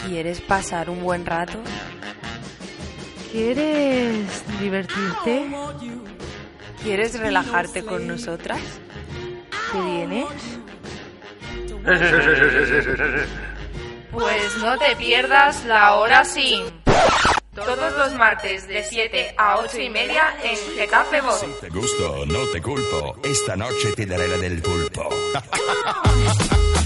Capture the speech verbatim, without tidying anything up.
¿Quieres pasar un buen rato? ¿Quieres divertirte? ¿Quieres relajarte con nosotras? ¿Te vienes? Pues no te pierdas La Hora Sin. Todos los martes de siete a ocho y media en Getafe Voz. Si te gusto, no te culpo. Esta noche te daré la del pulpo.